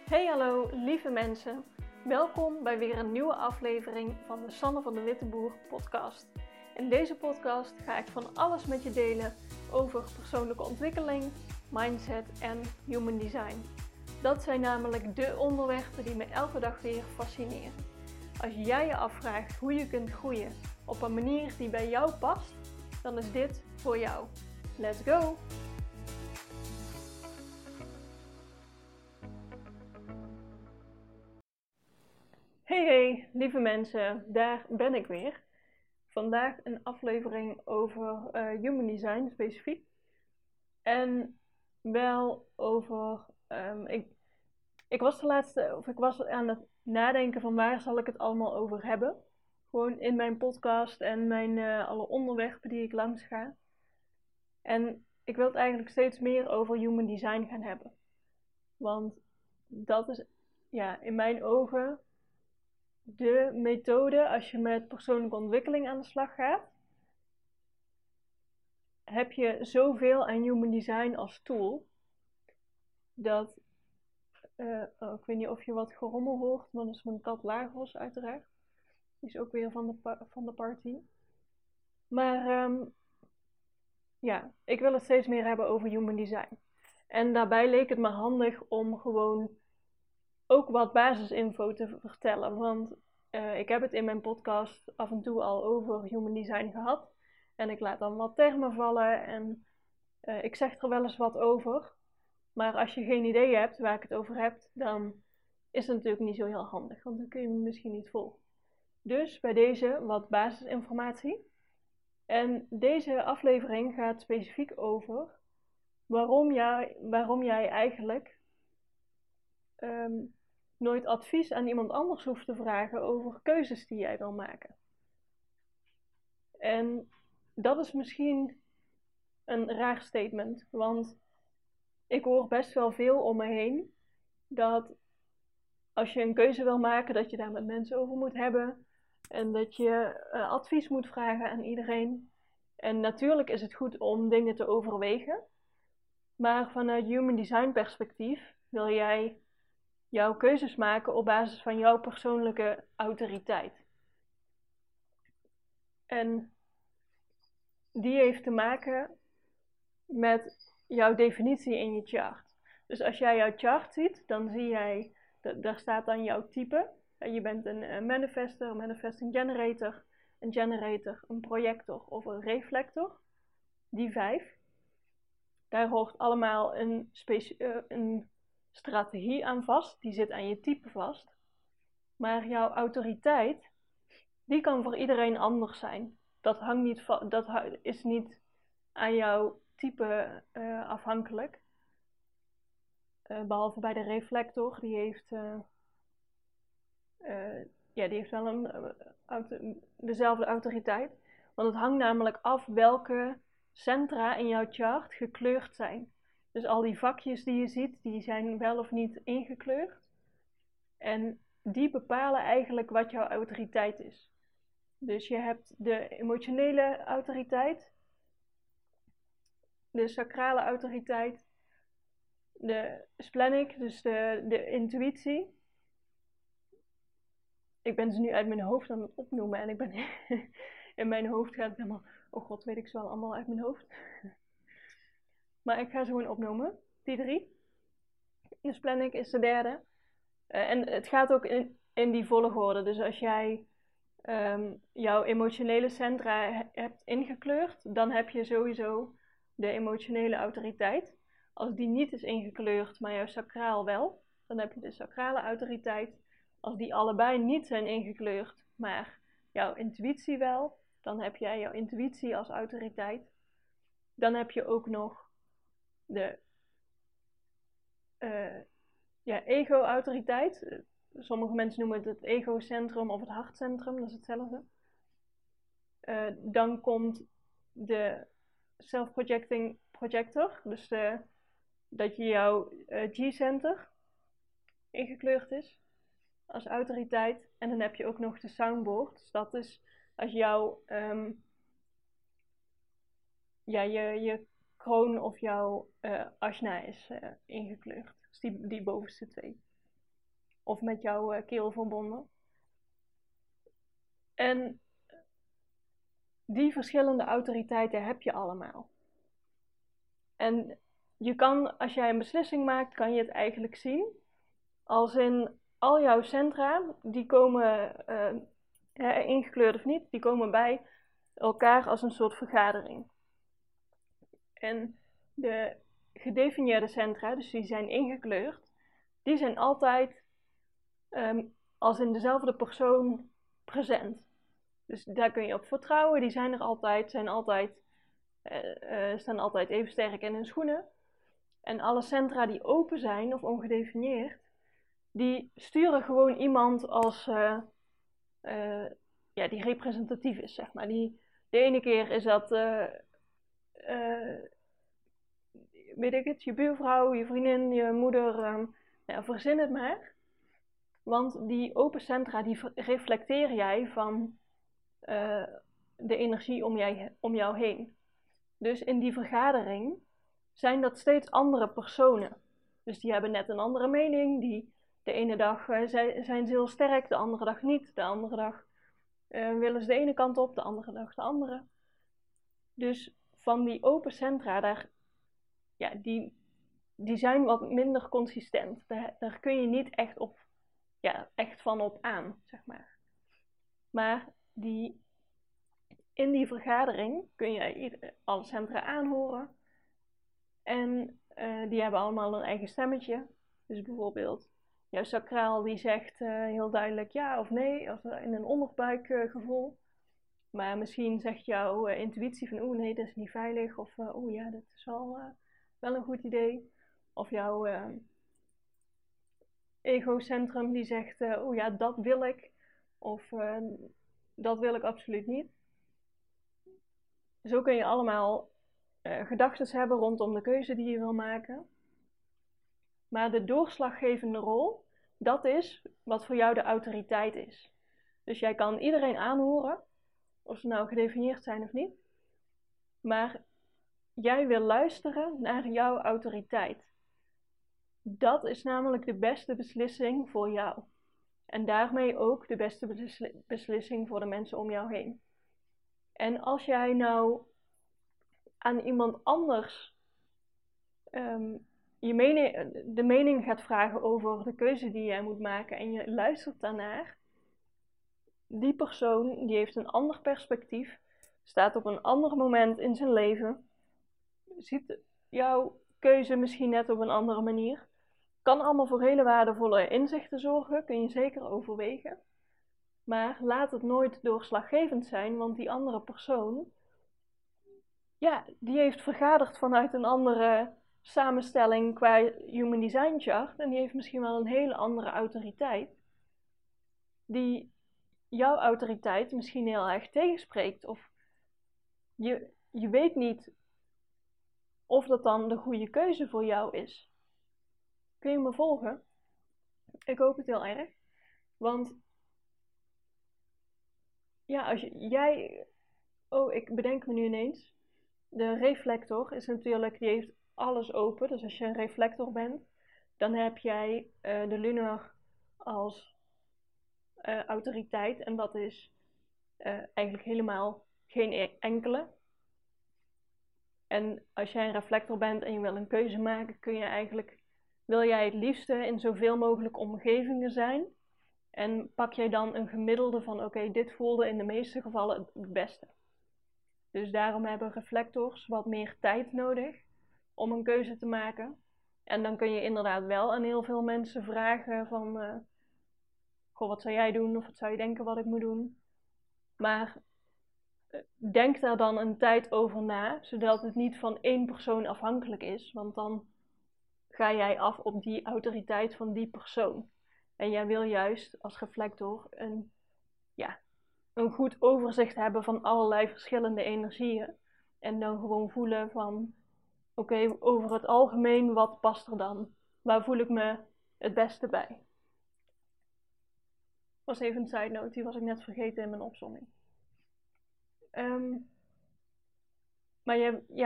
Hey hallo lieve mensen, welkom bij weer een nieuwe aflevering van de Sanne van de Witteboer podcast. In deze podcast ga ik van alles met je delen over persoonlijke ontwikkeling, mindset en human design. Dat zijn namelijk de onderwerpen die me elke dag weer fascineren. Als jij je afvraagt hoe je kunt groeien op een manier die bij jou past, dan is dit voor jou. Let's go! Hey lieve mensen, daar ben ik weer. Vandaag een aflevering over human design specifiek. En wel over, ik was aan het nadenken van waar zal ik het allemaal over hebben. Gewoon in mijn podcast en alle onderwerpen die ik langs ga. En ik wil het eigenlijk steeds meer over human design gaan hebben. Want dat is in mijn ogen de methode als je met persoonlijke ontwikkeling aan de slag gaat. Heb je zoveel aan human design als tool. Dat, ik weet niet of je wat gerommel hoort, maar dat is mijn kat Lagos uiteraard. Die is ook weer van de party. Maar ik wil het steeds meer hebben over human design. En daarbij leek het me handig om gewoon ook wat basisinfo te vertellen. Want ik heb het in mijn podcast af en toe al over human design gehad. En ik laat dan wat termen vallen en ik zeg er wel eens wat over. Maar als je geen idee hebt waar ik het over heb, dan is het natuurlijk niet zo heel handig. Want dan kun je me misschien niet volgen. Dus bij deze wat basisinformatie. En deze aflevering gaat specifiek over waarom jij eigenlijk nooit advies aan iemand anders hoeft te vragen over keuzes die jij wil maken. En dat is misschien een raar statement, want ik hoor best wel veel om me heen dat als je een keuze wil maken, dat je daar met mensen over moet hebben en dat je advies moet vragen aan iedereen. En natuurlijk is het goed om dingen te overwegen, maar vanuit human design perspectief wil jij jouw keuzes maken op basis van jouw persoonlijke autoriteit. En die heeft te maken met jouw definitie in je chart. Dus als jij jouw chart ziet, dan zie jij, daar staat dan jouw type. Je bent een manifester, een manifesting generator, een projector of een reflector. Die 5. Daar hoort allemaal een strategie aan vast, die zit aan je type vast. Maar jouw autoriteit, die kan voor iedereen anders zijn. Dat is niet aan jouw type afhankelijk. Behalve bij de reflector, die heeft wel dezelfde autoriteit. Want het hangt namelijk af welke centra in jouw chart gekleurd zijn. Dus al die vakjes die je ziet, die zijn wel of niet ingekleurd. En die bepalen eigenlijk wat jouw autoriteit is. Dus je hebt de emotionele autoriteit, de sacrale autoriteit, de splenic, dus de intuïtie. Ik ben ze nu uit mijn hoofd aan het opnoemen en ik ben in mijn hoofd gaat het helemaal, oh god, weet ik ze wel allemaal uit mijn hoofd. Maar ik ga ze gewoon opnoemen, die 3. De splenic is de 3e. En het gaat ook in die volgorde. Dus als jij jouw emotionele centra hebt ingekleurd, dan heb je sowieso de emotionele autoriteit. Als die niet is ingekleurd, maar jouw sacraal wel, dan heb je de sacrale autoriteit. Als die allebei niet zijn ingekleurd, maar jouw intuïtie wel, dan heb jij jouw intuïtie als autoriteit. Dan heb je ook nog de ego-autoriteit. Sommige mensen noemen het egocentrum of het hartcentrum, dat is hetzelfde. Dan komt de self-projecting projector, dus dat je jouw G-center ingekleurd is als autoriteit. En dan heb je ook nog de soundboard, dus dat is als jouw je kroon of jouw ajna is ingekleurd. Dus die bovenste 2. of met jouw keel verbonden. En die verschillende autoriteiten heb je allemaal. En je kan, als jij een beslissing maakt, kan je het eigenlijk zien als in al jouw centra, die komen, ingekleurd of niet, die komen bij elkaar als een soort vergadering. En de gedefinieerde centra, dus die zijn ingekleurd, die zijn altijd als in dezelfde persoon present. Dus daar kun je op vertrouwen, die zijn er altijd, staan altijd even sterk in hun schoenen. En alle centra die open zijn of ongedefinieerd, die sturen gewoon iemand als, die representatief is, zeg maar. De ene keer is dat, weet ik het, je buurvrouw, je vriendin, je moeder, verzin het maar. Want die open centra, die reflecteer jij van de energie om jou heen. Dus in die vergadering zijn dat steeds andere personen. Dus die hebben net een andere mening. De ene dag zijn ze heel sterk, de andere dag niet. De andere dag willen ze de ene kant op, de andere dag de andere. Dus van die open centra, die zijn wat minder consistent. Daar kun je niet echt van op aan, zeg maar. Maar in die vergadering kun je alle centra aanhoren. En die hebben allemaal een eigen stemmetje. Dus bijvoorbeeld jouw sacraal die zegt heel duidelijk ja of nee, of in een onderbuikgevoel. Maar misschien zegt jouw intuïtie van nee, dat is niet veilig. Of ja, dat is wel een goed idee. Of jouw egocentrum die zegt ja, dat wil ik. Of dat wil ik absoluut niet. Zo kun je allemaal gedachten hebben rondom de keuze die je wil maken. Maar de doorslaggevende rol, dat is wat voor jou de autoriteit is. Dus jij kan iedereen aanhoren, of ze nou gedefinieerd zijn of niet. Maar jij wil luisteren naar jouw autoriteit. Dat is namelijk de beste beslissing voor jou. En daarmee ook de beste beslissing voor de mensen om jou heen. En als jij nou aan iemand anders de mening gaat vragen over de keuze die jij moet maken en je luistert daarnaar, die persoon die heeft een ander perspectief, staat op een ander moment in zijn leven, ziet jouw keuze misschien net op een andere manier, kan allemaal voor hele waardevolle inzichten zorgen, kun je zeker overwegen. Maar laat het nooit doorslaggevend zijn, want die andere persoon, ja, die heeft vergaderd vanuit een andere samenstelling qua Human Design Chart. En die heeft misschien wel een hele andere autoriteit. Die jouw autoriteit misschien heel erg tegenspreekt. Of je weet niet of dat dan de goede keuze voor jou is. Kun je me volgen? Ik hoop het heel erg. Want ja, ik bedenk me nu ineens. De reflector is natuurlijk, die heeft alles open. Dus als je een reflector bent, dan heb jij de lunar als autoriteit. En dat is eigenlijk helemaal geen enkele. En als jij een reflector bent en je wil een keuze maken, wil jij het liefste in zoveel mogelijk omgevingen zijn. En pak jij dan een gemiddelde van oké, dit voelde in de meeste gevallen het beste. Dus daarom hebben reflectors wat meer tijd nodig om een keuze te maken. En dan kun je inderdaad wel aan heel veel mensen vragen van goh, wat zou jij doen? Of wat zou je denken wat ik moet doen? Maar denk daar dan een tijd over na, zodat het niet van één persoon afhankelijk is. Want dan ga jij af op die autoriteit van die persoon. En jij wil juist als reflector een goed overzicht hebben van allerlei verschillende energieën. En dan gewoon voelen van, oké, over het algemeen, wat past er dan? Waar voel ik me het beste bij? Was even een side note, die was ik net vergeten in mijn opsomming. Maar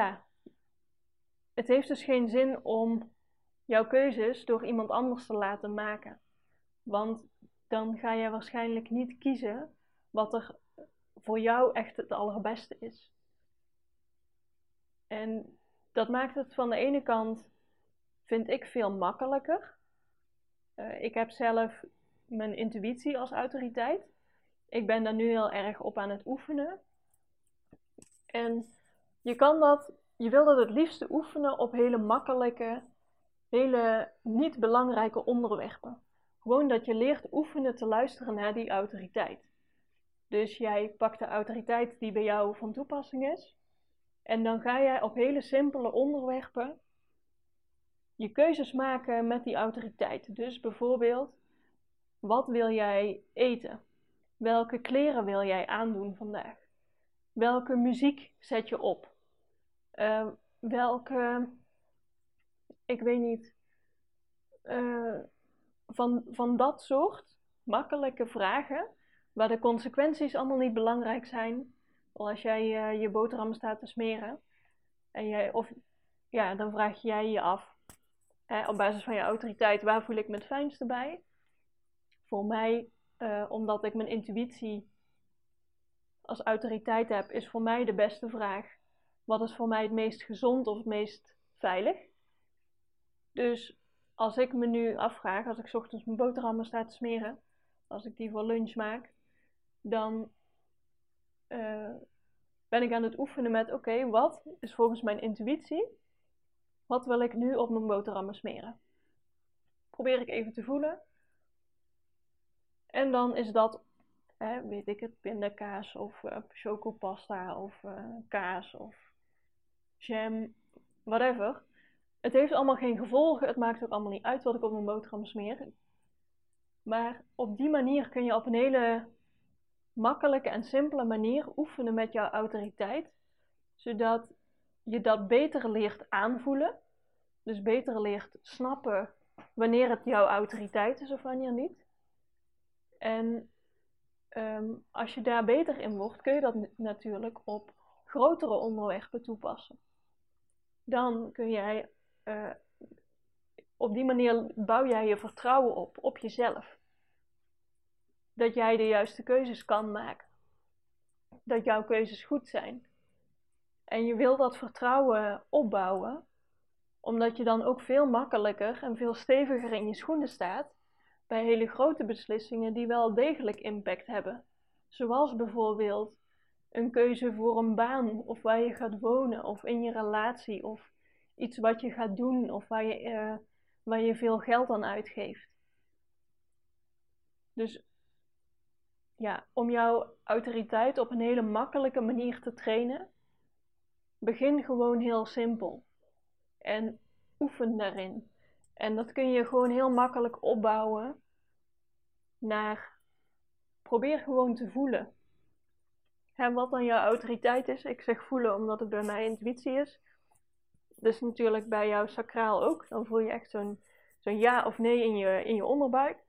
het heeft dus geen zin om jouw keuzes door iemand anders te laten maken. Want dan ga je waarschijnlijk niet kiezen wat er voor jou echt het allerbeste is. En dat maakt het van de ene kant, vind ik, veel makkelijker. Ik heb zelf mijn intuïtie als autoriteit. Ik ben daar nu heel erg op aan het oefenen. En je wil dat het liefste oefenen op hele makkelijke, hele niet belangrijke onderwerpen. Gewoon dat je leert oefenen te luisteren naar die autoriteit. Dus jij pakt de autoriteit die bij jou van toepassing is. En dan ga jij op hele simpele onderwerpen je keuzes maken met die autoriteit. Dus bijvoorbeeld, wat wil jij eten? Welke kleren wil jij aandoen vandaag? Welke muziek zet je op? Ik weet niet, van dat soort makkelijke vragen, waar de consequenties allemaal niet belangrijk zijn. Als jij je boterham staat te smeren, dan vraag jij je af, op basis van je autoriteit, waar voel ik me het fijnste bij? Voor mij, omdat ik mijn intuïtie als autoriteit heb, is voor mij de beste vraag: wat is voor mij het meest gezond of het meest veilig? Dus als ik me nu afvraag, als ik 's ochtends mijn boterhammen sta te smeren, als ik die voor lunch maak, dan ben ik aan het oefenen met, oké, wat is volgens mijn intuïtie? Wat wil ik nu op mijn boterhammen smeren? Probeer ik even te voelen. En dan is dat, weet ik het, pindakaas of chocopasta of kaas of jam, whatever. Het heeft allemaal geen gevolgen, het maakt ook allemaal niet uit wat ik op mijn boterham smeer. Maar op die manier kun je op een hele makkelijke en simpele manier oefenen met jouw autoriteit, zodat je dat beter leert aanvoelen, dus beter leert snappen wanneer het jouw autoriteit is of wanneer niet. En als je daar beter in wordt, kun je dat natuurlijk op grotere onderwerpen toepassen. Dan kun jij, op die manier bouw jij je vertrouwen op jezelf. Dat jij de juiste keuzes kan maken. Dat jouw keuzes goed zijn. En je wil dat vertrouwen opbouwen, omdat je dan ook veel makkelijker en veel steviger in je schoenen staat bij hele grote beslissingen die wel degelijk impact hebben. Zoals bijvoorbeeld een keuze voor een baan, of waar je gaat wonen, of in je relatie, of iets wat je gaat doen, of waar je veel geld aan uitgeeft. Dus ja, om jouw autoriteit op een hele makkelijke manier te trainen, begin gewoon heel simpel. En oefen daarin. En dat kun je gewoon heel makkelijk opbouwen probeer gewoon te voelen. En wat dan jouw autoriteit is, ik zeg voelen omdat het bij mij intuïtie is. Dus natuurlijk bij jouw sacraal ook. Dan voel je echt zo'n ja of nee in je onderbuik.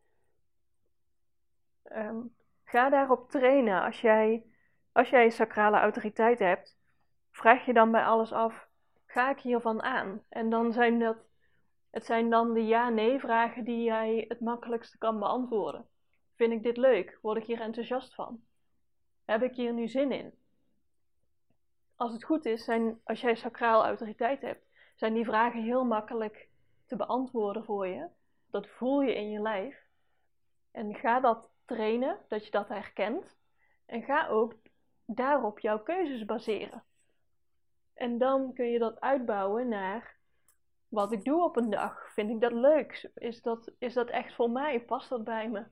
Ga daarop trainen. Als jij sacrale autoriteit hebt, vraag je dan bij alles af, ga ik hiervan aan? En dan zijn dan de ja-nee vragen die jij het makkelijkste kan beantwoorden. Vind ik dit leuk? Word ik hier enthousiast van? Heb ik hier nu zin in? Als het goed is, als jij sacraal autoriteit hebt, zijn die vragen heel makkelijk te beantwoorden voor je. Dat voel je in je lijf. En ga dat trainen, dat je dat herkent. En ga ook daarop jouw keuzes baseren. En dan kun je dat uitbouwen naar wat ik doe op een dag. Vind ik dat leuk? Is dat echt voor mij? Past dat bij me?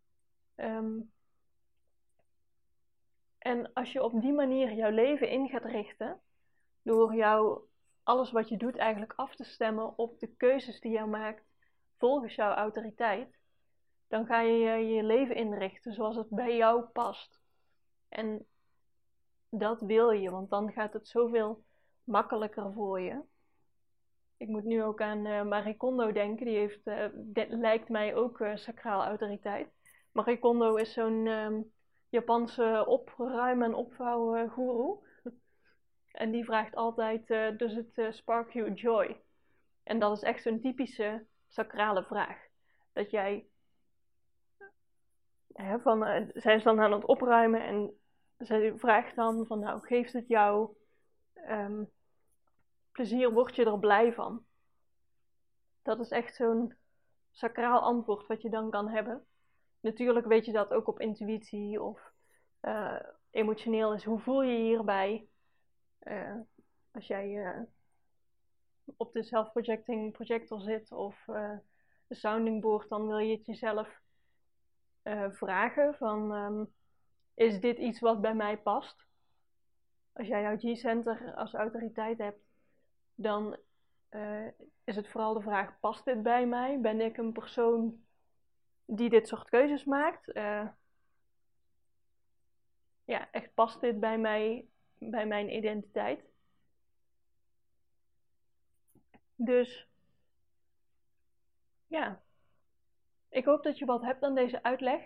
En als je op die manier jouw leven in gaat richten, door alles wat je doet eigenlijk af te stemmen op de keuzes die jij maakt volgens jouw autoriteit, dan ga je je leven inrichten zoals het bij jou past. En dat wil je, want dan gaat het zoveel makkelijker voor je. Ik moet nu ook aan Marie Kondo denken, lijkt mij ook sacraal autoriteit. Marie Kondo is zo'n Japanse opruimen en opvouwen goeroe. En die vraagt altijd, does it spark you joy? En dat is echt zo'n typische sacrale vraag. Dat jij zij is dan aan het opruimen en zij vraagt dan van nou, geeft het jou plezier, word je er blij van? Dat is echt zo'n sacraal antwoord wat je dan kan hebben. Natuurlijk weet je dat ook op intuïtie of emotioneel is. Hoe voel je je hierbij? Als jij op de self-projecting projector zit of de sounding board, dan wil je het jezelf vragen van is dit iets wat bij mij past? Als jij jouw G-center als autoriteit hebt, dan is het vooral de vraag, past dit bij mij? Ben ik een persoon die dit soort keuzes maakt? Ja, echt past dit bij mij, bij mijn identiteit? Dus ja, ik hoop dat je wat hebt aan deze uitleg.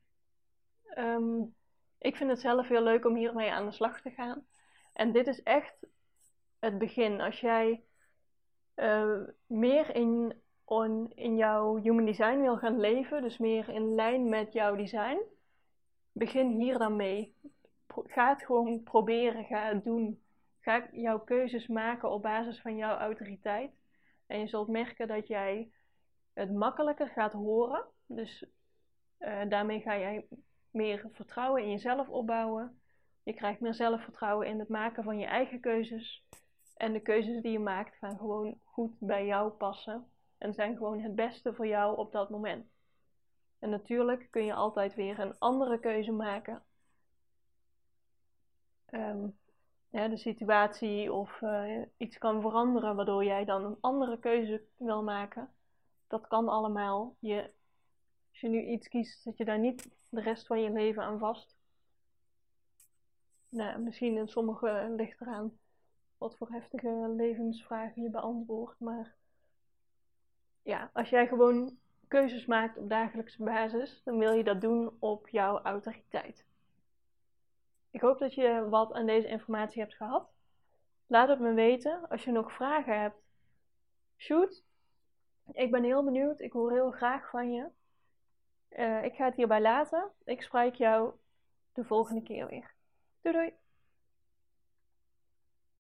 Ik vind het zelf heel leuk om hiermee aan de slag te gaan. En dit is echt het begin. Als jij meer in jouw human design wil gaan leven, dus meer in lijn met jouw design, begin hier dan mee. Ga het gewoon proberen, ga het doen. Ga jouw keuzes maken op basis van jouw autoriteit. En je zult merken dat jij het makkelijker gaat horen. Dus daarmee ga jij meer vertrouwen in jezelf opbouwen. Je krijgt meer zelfvertrouwen in het maken van je eigen keuzes. En de keuzes die je maakt gaan gewoon goed bij jou passen. En zijn gewoon het beste voor jou op dat moment. En natuurlijk kun je altijd weer een andere keuze maken. De situatie of iets kan veranderen waardoor jij dan een andere keuze wil maken. Dat kan allemaal. Als je nu iets kiest, zet je daar niet de rest van je leven aan vast. Nou, misschien in sommige ligt eraan wat voor heftige levensvragen je beantwoordt. Maar ja, als jij gewoon keuzes maakt op dagelijkse basis, dan wil je dat doen op jouw autoriteit. Ik hoop dat je wat aan deze informatie hebt gehad. Laat het me weten. Als je nog vragen hebt, shoot. Ik ben heel benieuwd. Ik hoor heel graag van je. Ik ga het hierbij laten. Ik spreek jou de volgende keer weer. Doei doei!